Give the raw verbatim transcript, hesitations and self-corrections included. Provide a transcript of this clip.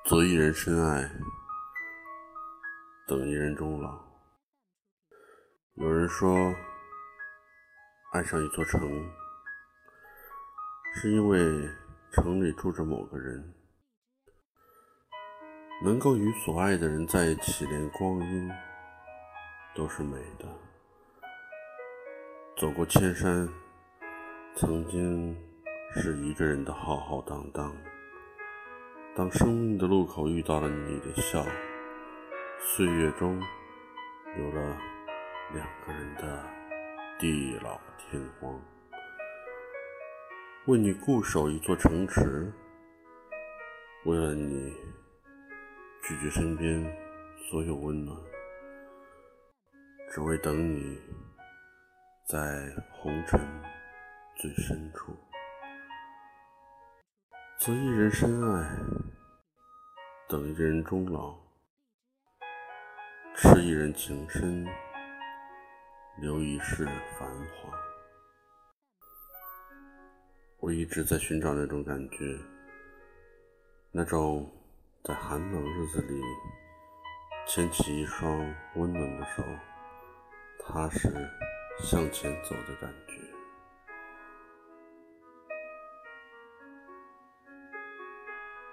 择一人深爱，等一人终老。有人说，爱上一座城，是因为城里住着某个人，能够与所爱的人在一起，连光阴都是美的。走过千山，曾经是一个人的浩浩荡荡，当生命的路口遇到了你的笑，岁月中有了两个人的地老天荒。为你固守一座城池，为了你拒绝身边所有温暖，只为等你在红尘最深处。择一人深爱，等一人终老，痴一人情深，留一世繁华。我一直在寻找那种感觉，那种在寒冷日子里牵起一双温暖的手，踏实向前走的感觉。